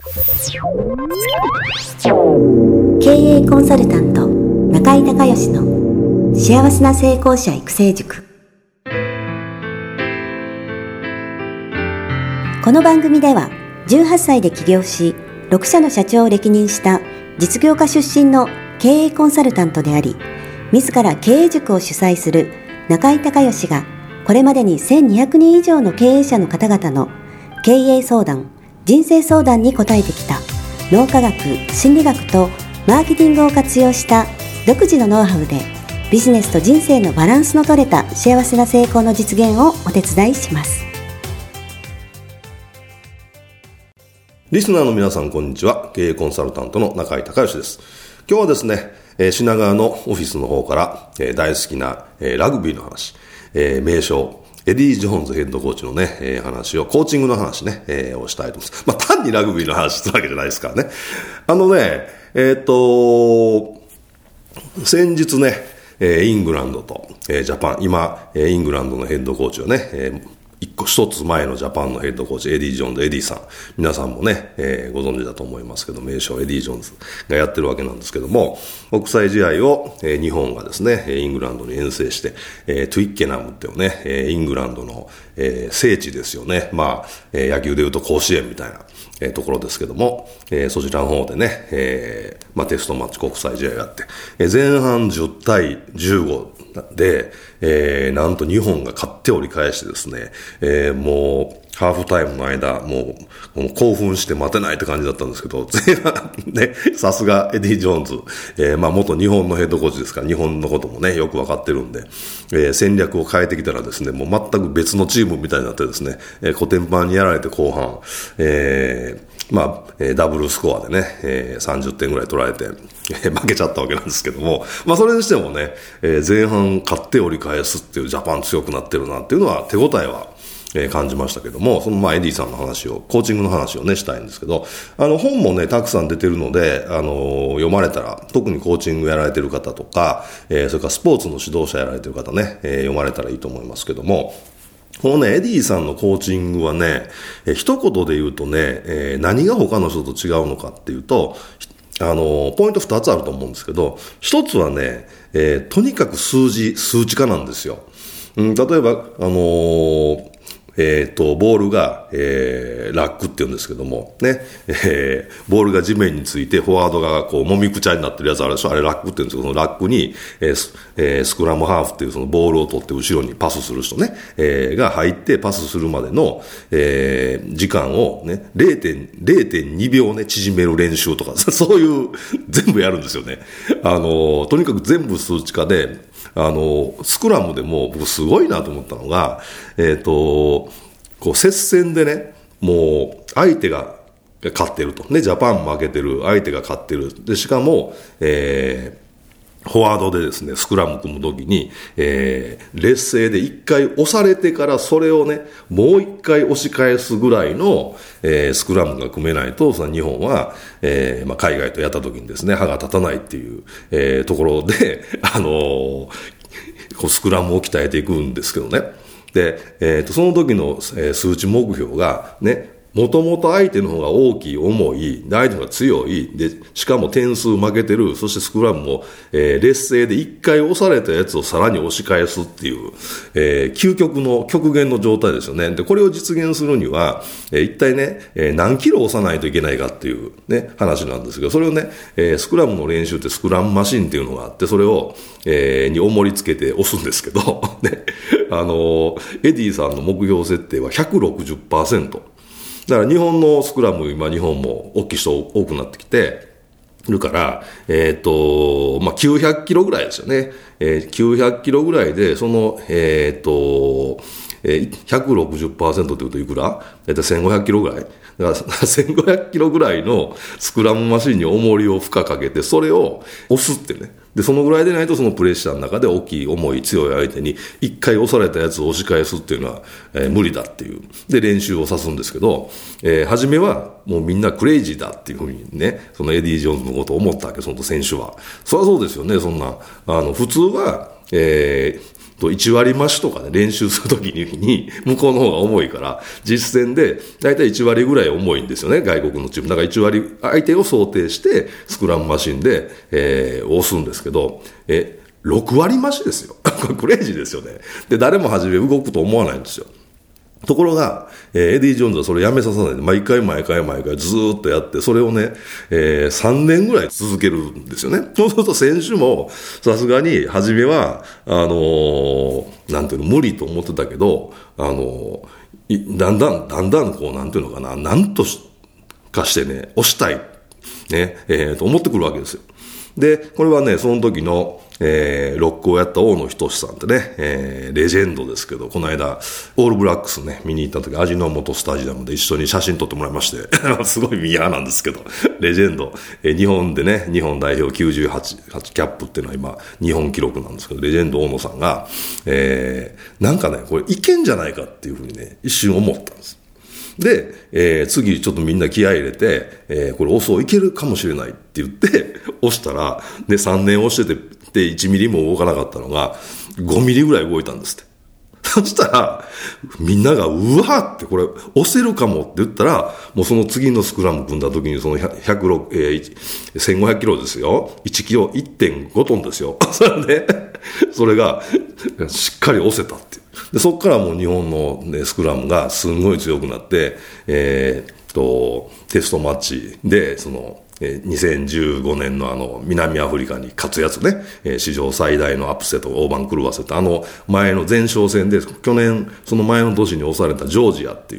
経営コンサルタント中井孝義の幸せな成功者育成塾。この番組では18歳で起業し6社の社長を歴任した実業家出身の経営コンサルタントであり、自ら経営塾を主催する中井孝義がこれまでに1200人以上の経営者の方々の経営相談、人生相談に応えてきた脳科学、心理学とマーケティングを活用した独自のノウハウでビジネスと人生のバランスの取れた幸せな成功の実現をお手伝いします。 リスナーの皆さん、こんにちは。経営コンサルタントの中井孝義です。今日はですね、品川のオフィスの方から大好きなラグビーの話、名将エディ・ジョーンズヘッドコーチのね、話を、コーチングの話ね、をしたいと思います。単にラグビーの話するわけじゃないですからね。先日ね、イングランドとジャパン、今、イングランドのヘッドコーチをね、一つ前のジャパンのヘッドコーチ、エディ・ジョーンズ、エディさん。皆さんもね、ご存知だと思いますけど、名将エディ・ジョーンズがやってるわけなんですけども、国際試合を、日本がですね、イングランドに遠征して、トゥイッケナムっていうね、イングランドの、聖地ですよね。野球でいうと甲子園みたいな、ところですけども、そちらの方でね、テストマッチ国際試合をやって、前半10対15で、なんと日本が勝って折り返してですね、もうハーフタイムの間、もう興奮して待てないって感じだったんですけど、前半ね、さすがエディ・ジョーンズ、元日本のヘッドコーチですから、日本のこともね、よくわかってるんで、戦略を変えてきたらですね、もう全く別のチームみたいになってですね、コテンパンにやられて後半、ダブルスコアでね、30点ぐらい取られて、負けちゃったわけなんですけども、それにしてもね、前半勝って折り返すっていうジャパン強くなってるなっていうのは手応えは感じましたけども、そのエディさんの話を、コーチングの話をね、したいんですけど、本もね、たくさん出てるので、読まれたら、特にコーチングやられてる方とか、それからスポーツの指導者やられてる方ね、読まれたらいいと思いますけども、このね、エディさんのコーチングはね、一言で言うとね、何が他の人と違うのかっていうと、ポイント2つあると思うんですけど、一つはね、とにかく数値化なんですよ。例えば、ボールが、ラックって言うんですけども、ね、ボールが地面について、フォワードがこう、もみくちゃになってるやつあるでしょ、あれラックって言うんですけど、そのラックに、スクラムハーフっていうそのボールを取って後ろにパスする人ね、が入ってパスするまでの、時間をね、0.2 秒ね、縮める練習とか、そういう、全部やるんですよね。とにかく全部数値化で、スクラムでも僕すごいなと思ったのが、こう接戦でね、もう相手が勝ってると。ね、ジャパン負けてる、相手が勝ってる。で、しかも、フォワードでですね、スクラム組むときに、劣勢で一回押されてからそれをね、もう一回押し返すぐらいの、スクラムが組めないと、日本は、海外とやったときにですね、歯が立たないっていう、ところで、こうスクラムを鍛えていくんですけどね。で、その時の、数値目標がね、もともと相手の方が大きい、重い、相手の方が強い、で、しかも点数負けてる、そしてスクラムも、劣勢で一回押されたやつをさらに押し返すっていう、究極の極限の状態ですよね。で、これを実現するには、一体ね、何キロ押さないといけないかっていうね、話なんですけど、それをね、スクラムの練習ってスクラムマシンっていうのがあって、それを、に重りつけて押すんですけど、ね、エディさんの目標設定は 160%。だから日本のスクラム、今日本も大きい人多くなってきてるから、900キロぐらいですよね。900キロぐらいで、その、160% というといくら？1500キロぐらい。だから1500キロぐらいのスクラムマシンに重りを負荷かけて、それを押すってね。で、そのぐらいでないとそのプレッシャーの中で大きい、重い、強い相手に一回押されたやつを押し返すっていうのは、無理だっていう。で、練習をさすんですけど、初めはもうみんなクレイジーだっていうふうにね、そのエディ・ジョーンズのことを思ったわけ、その選手は。そりゃそうですよね、そんな。普通は、 1割増しとかね、練習するときに、向こうの方が重いから、実戦で、だいたい1割ぐらい重いんですよね、外国のチーム。だから1割、相手を想定して、スクラムマシンで、押すんですけど、6割増しですよ。これクレイジーですよね。で、誰も初め動くと思わないんですよ。ところが、エディ・ジョーンズはそれやめさせないで、毎回ずーっとやって、それをね、3年ぐらい続けるんですよね。そうすると選手も、さすがに、初めは、なんていうの、無理と思ってたけど、だんだん、こう、なんていうのかな、なんとかしてね、押したい、ね、と思ってくるわけですよ。で、これはね、その時の、ロックをやった大野仁さんってね、レジェンドですけど、この間、オールブラックスね、見に行った時、味の素スタジアムで一緒に写真撮ってもらいまして、すごいミーハーなんですけど、レジェンド、日本でね、日本代表98キャップっていうのは今、日本記録なんですけど、レジェンド大野さんが、なんかね、これいけんじゃないかっていうふうにね、一瞬思ったんです。で、次ちょっとみんな気合い入れて、これ押そういけるかもしれないって言って、押したら、で、3年押してて、1ミリも動かなかったのが、5ミリぐらい動いたんですって。そしたら、みんなが、うわーってこれ、押せるかもって言ったら、もうその次のスクラム組んだ時に、その1500キロですよ。1キロ 1.5 トンですよ。それで、それが、しっかり押せたっていう。で、そこからもう日本の、ね、スクラムがすんごい強くなって、テストマッチで、2015年の南アフリカに勝つやつね、史上最大のアップセットを大番狂わせた前の前哨戦で、去年、その前の年に押されたジョージアっていう、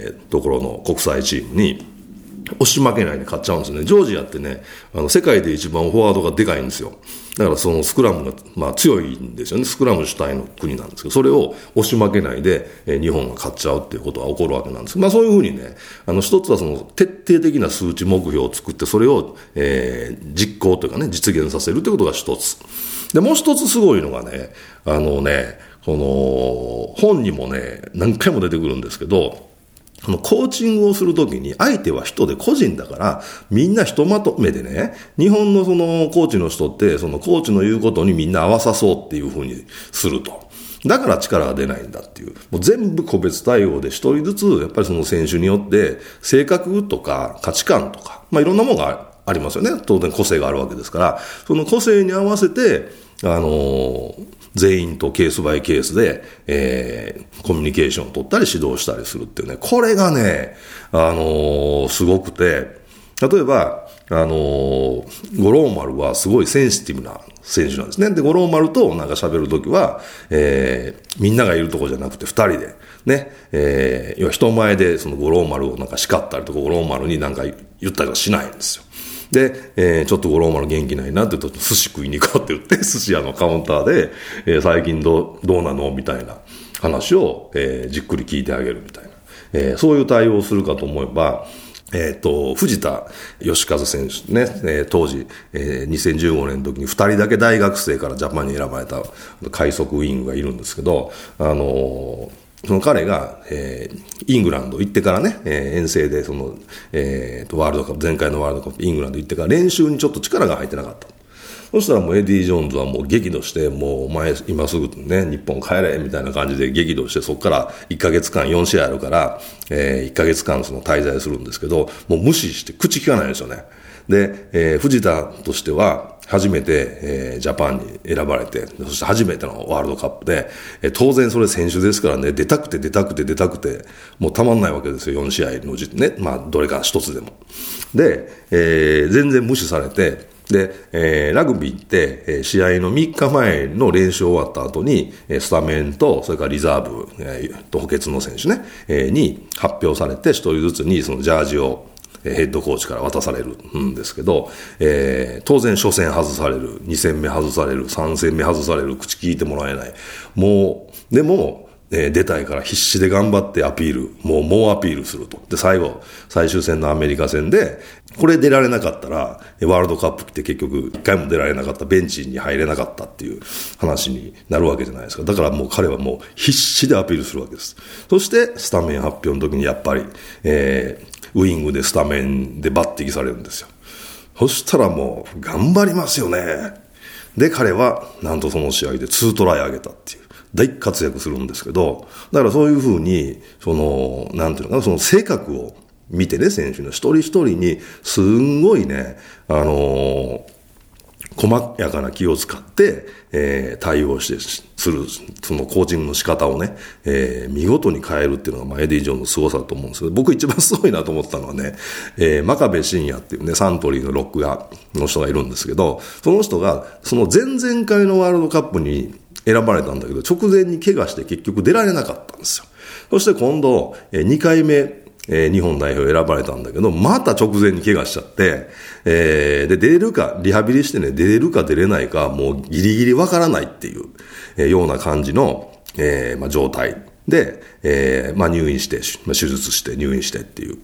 ところの国際チームに、押し負けないで勝っちゃうんですよね。ジョージアってね、世界で一番フォワードがでかいんですよ。だからそのスクラムが、強いんですよね。スクラム主体の国なんですけど、それを押し負けないで、日本が勝っちゃうっていうことが起こるわけなんですけど、そういうふうにね、一つはその徹底的な数値目標を作って、それを、実行というかね、実現させるということが一つ。で、もう一つすごいのがね、この、本にもね、何回も出てくるんですけど、コーチングをするときに相手は人で個人だからみんなひとまとめでね、日本のそのコーチの人ってそのコーチの言うことにみんな合わさそうっていうふうにすると。だから力が出ないんだっていう。もう全部個別対応で一人ずつやっぱりその選手によって性格とか価値観とか、いろんなものがありますよね。当然個性があるわけですから、その個性に合わせて、全員とケースバイケースで、コミュニケーションを取ったり指導したりするっていうね、これがね、すごくて、例えば、五郎丸はすごいセンシティブな選手なんですね。で、五郎丸となんか喋るときは、みんながいるとこじゃなくて二人で、ね、要は人前でその五郎丸をなんか叱ったりとか、五郎丸になんか言ったりはしないんですよ。で、ちょっと五郎丸元気ないなって言うと、寿司食いに行こうって言って、寿司屋のカウンターで、最近どうなのみたいな話を、じっくり聞いてあげるみたいな。そういう対応をするかと思えば、藤田義和選手ね、当時、2015年の時に2人だけ大学生からジャパンに選ばれた快速ウイングがいるんですけど、その彼が、イングランド行ってからね、遠征でワールドカップ、前回のワールドカップ、イングランド行ってから練習にちょっと力が入ってなかった。そしたらもうエディ・ジョーンズはもう激怒して、もうお前今すぐね、日本帰れみたいな感じで激怒して、そこから1ヶ月間4試合あるから、1ヶ月間その滞在するんですけど、もう無視して口聞かないんですよね。で、藤田としては、初めて、ジャパンに選ばれて、そして初めてのワールドカップで、当然それ選手ですからね、出たくて、もうたまんないわけですよ、4試合のうちね。どれか一つでも。で、全然無視されて、で、ラグビーって、試合の3日前の練習終わった後に、スタメンと、それからリザーブ、と補欠の選手ね、に発表されて、一人ずつにそのジャージを、ヘッドコーチから渡されるんですけど、当然初戦外される、2戦目外される、3戦目外される、口聞いてもらえない。もう、でも、出たいから必死で頑張ってアピール、もうアピールすると。で、最後、最終戦のアメリカ戦で、これ出られなかったら、ワールドカップ来て結局一回も出られなかった、ベンチに入れなかったっていう話になるわけじゃないですか。だからもう彼はもう必死でアピールするわけです。そして、スタメン発表の時にやっぱり、ウイングでスタメンで抜擢されるんですよ。そしたらもう頑張りますよね。 で、彼はなんとその試合で2トライ上げたっていう大活躍するんですけど、だからそういうふうになんていうのかな、その性格を見てね、選手の一人一人にすんごいね、細やかな気を使って、対応する、そのコーチングの仕方をね、見事に変えるっていうのが、エディ・ジョーンズの凄さだと思うんですけど、僕一番すごいなと思ったのはね、真壁真也っていうね、サントリーのロックの人がいるんですけど、その人が、その前々回のワールドカップに選ばれたんだけど、直前に怪我して結局出られなかったんですよ。そして今度、2回目、日本代表選ばれたんだけど、また直前に怪我しちゃって、で、出れるか、リハビリしてね、出れるか出れないか、もうギリギリわからないっていう、ような感じの、状態で、入院して、手術して入院してっていう、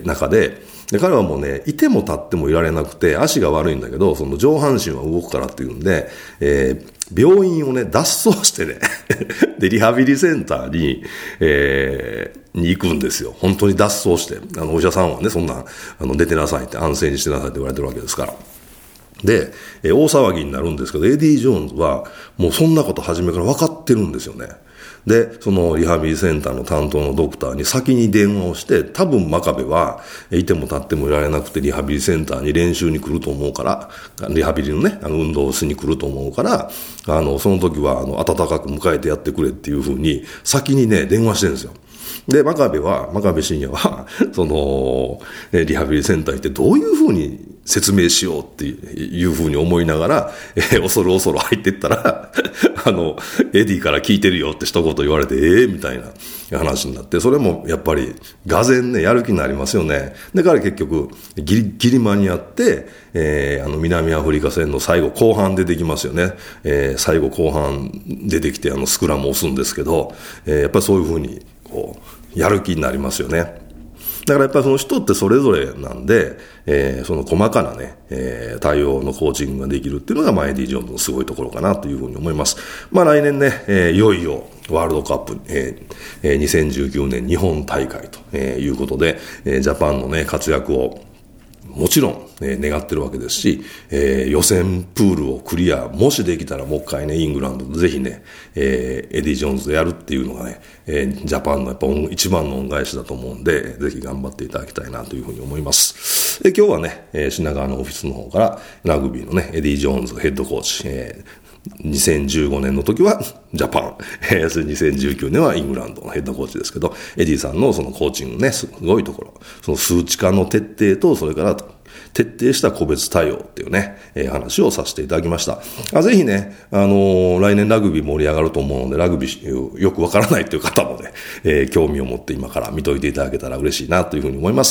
中で、彼はもうね、いても立ってもいられなくて、足が悪いんだけど、その上半身は動くからっていうんで、病院をね、脱走してね、で、リハビリセンターに行くんですよ。本当に脱走して。お医者さんはね、そんな、寝てなさいって、安静にしてなさいって言われてるわけですから。で、大騒ぎになるんですけど、エディ・ジョーンズは、もうそんなこと初めから分かってるんですよね。で、そのリハビリセンターの担当のドクターに先に電話をして、多分真壁はいても立ってもいられなくてリハビリセンターに練習に来ると思うから、リハビリのね、運動をしに来ると思うから、その時は温かく迎えてやってくれっていうふうに先にね、電話してるんですよ。で、真壁真也は、リハビリセンター行ってどういうふうに説明しようっていうふうに思いながら、恐る恐る入ってったら、エディから聞いてるよって一言言われて、みたいな話になって、それもやっぱり、がぜんね、やる気になりますよね。で、彼結局、ギリギリ間に合って、南アフリカ戦の最後、後半出てきますよね。最後後半出てきて、スクラムを押すんですけど、やっぱりそういうふうに、やる気になりますよね。だからやっぱりその人ってそれぞれなんで、その細かなね、対応のコーチングができるっていうのがエディ・ジョーンズのすごいところかなというふうに思います。来年ね、いよいよワールドカップ、2019年日本大会ということで、ジャパンのね、活躍をもちろん、願ってるわけですし、予選プールをクリア、もしできたらもう一回ね、イングランドでぜひね、エディ・ジョーンズでやるっていうのがね、ジャパンのやっぱ一番の恩返しだと思うんで、ぜひ頑張っていただきたいなというふうに思います。今日はね、品川のオフィスの方からラグビーのね、エディ・ジョーンズヘッドコーチ、2015年の時はジャパン、2019年はイングランドのヘッドコーチですけど、エディさんのそのコーチングね、すごいところ、その数値化の徹底と、それから徹底した個別対応っていうね、話をさせていただきました。ぜひね、来年ラグビー盛り上がると思うので、ラグビーよくわからないという方もね、興味を持って今から見といていただけたら嬉しいなというふうに思います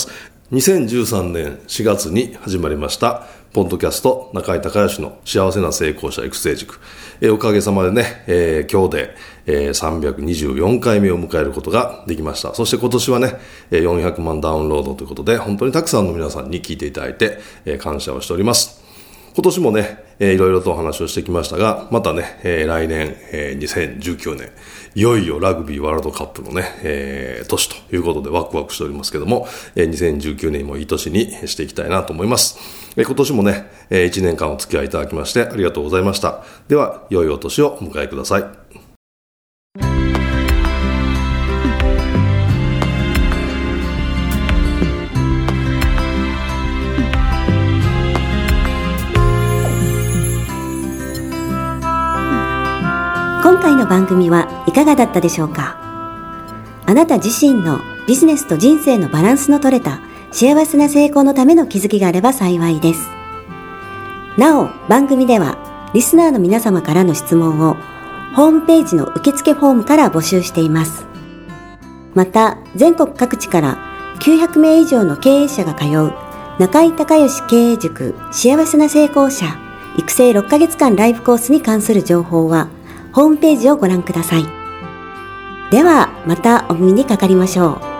。2013年4月に始まりましたポッドキャスト中井孝義の幸せな成功者育成塾、おかげさまでね、今日で、324回目を迎えることができました。そして今年はね、400万ダウンロードということで本当にたくさんの皆さんに聞いていただいて、感謝をしております。今年もね、いろいろとお話をしてきましたが、またね、来年、2019年、いよいよラグビーワールドカップのね、年ということでワクワクしておりますけども、2019年もいい年にしていきたいなと思います。今年もね、1年間お付き合いいただきましてありがとうございました。では、良いお年をお迎えください。 今回の番組はいかがだったでしょうか。あなた自身のビジネスと人生のバランスの取れた幸せな成功のための気づきがあれば幸いです。なお、番組ではリスナーの皆様からの質問をホームページの受付フォームから募集しています。また、全国各地から900名以上の経営者が通う中井孝義経営塾幸せな成功者育成6ヶ月間ライブコースに関する情報はホームページをご覧ください。ではまたお耳にかかりましょう。